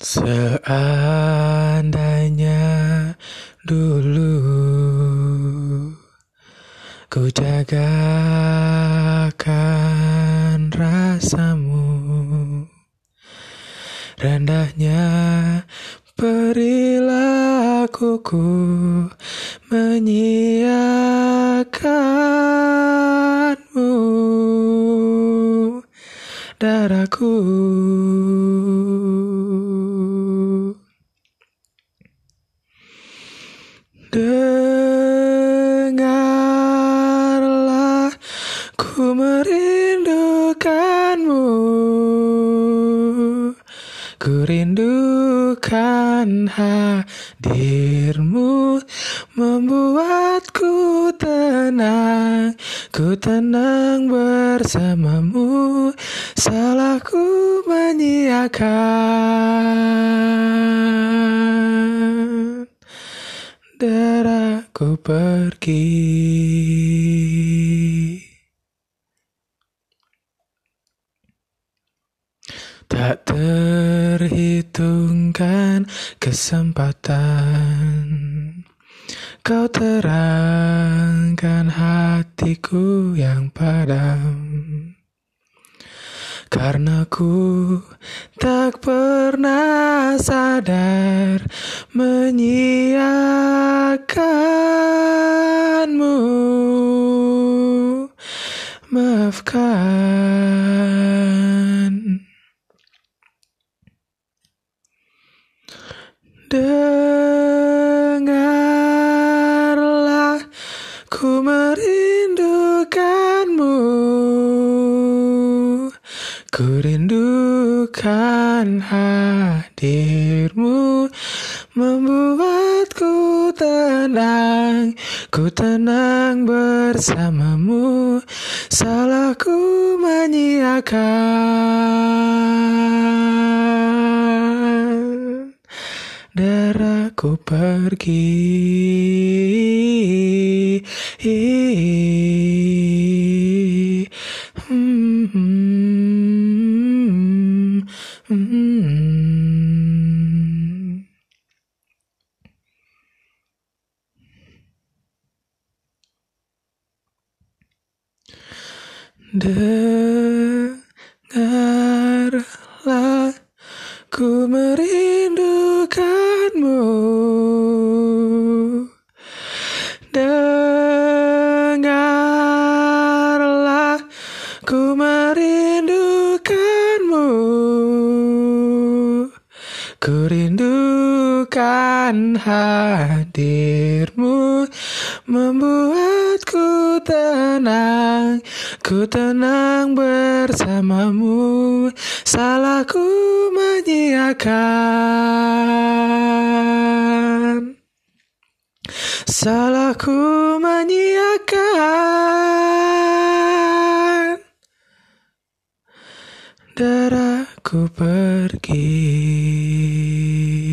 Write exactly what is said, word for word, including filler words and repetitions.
Seandainya dulu ku jagakan rasamu, rendahnya perilakuku menyiakanmu, darahku. Dengarlah, ku merindukanmu, ku rindukan hadirmu, membuatku tenang, ku tenang bersamamu. Salahku menyiakan, darahku pergi. Tak terhitungkan kesempatan kau terangkan hatiku yang padam, karena ku tak pernah sadar menyiakanmu. Maafkan. Dengarlah, ku merindukanmu, ku rindukan hadirmu, membuatku tenang, ku tenang bersamamu. Salahku menyiakan, darahku pergi. Hmm, hmm, hmm. Dengarlah, ku merindukanmu, dengarlah, ku merindukanmu, ku rindukan hadirmu, membuatku tenang, ku tenang bersamamu. Salahku menyiakan, salahku menyiakan, darahku pergi.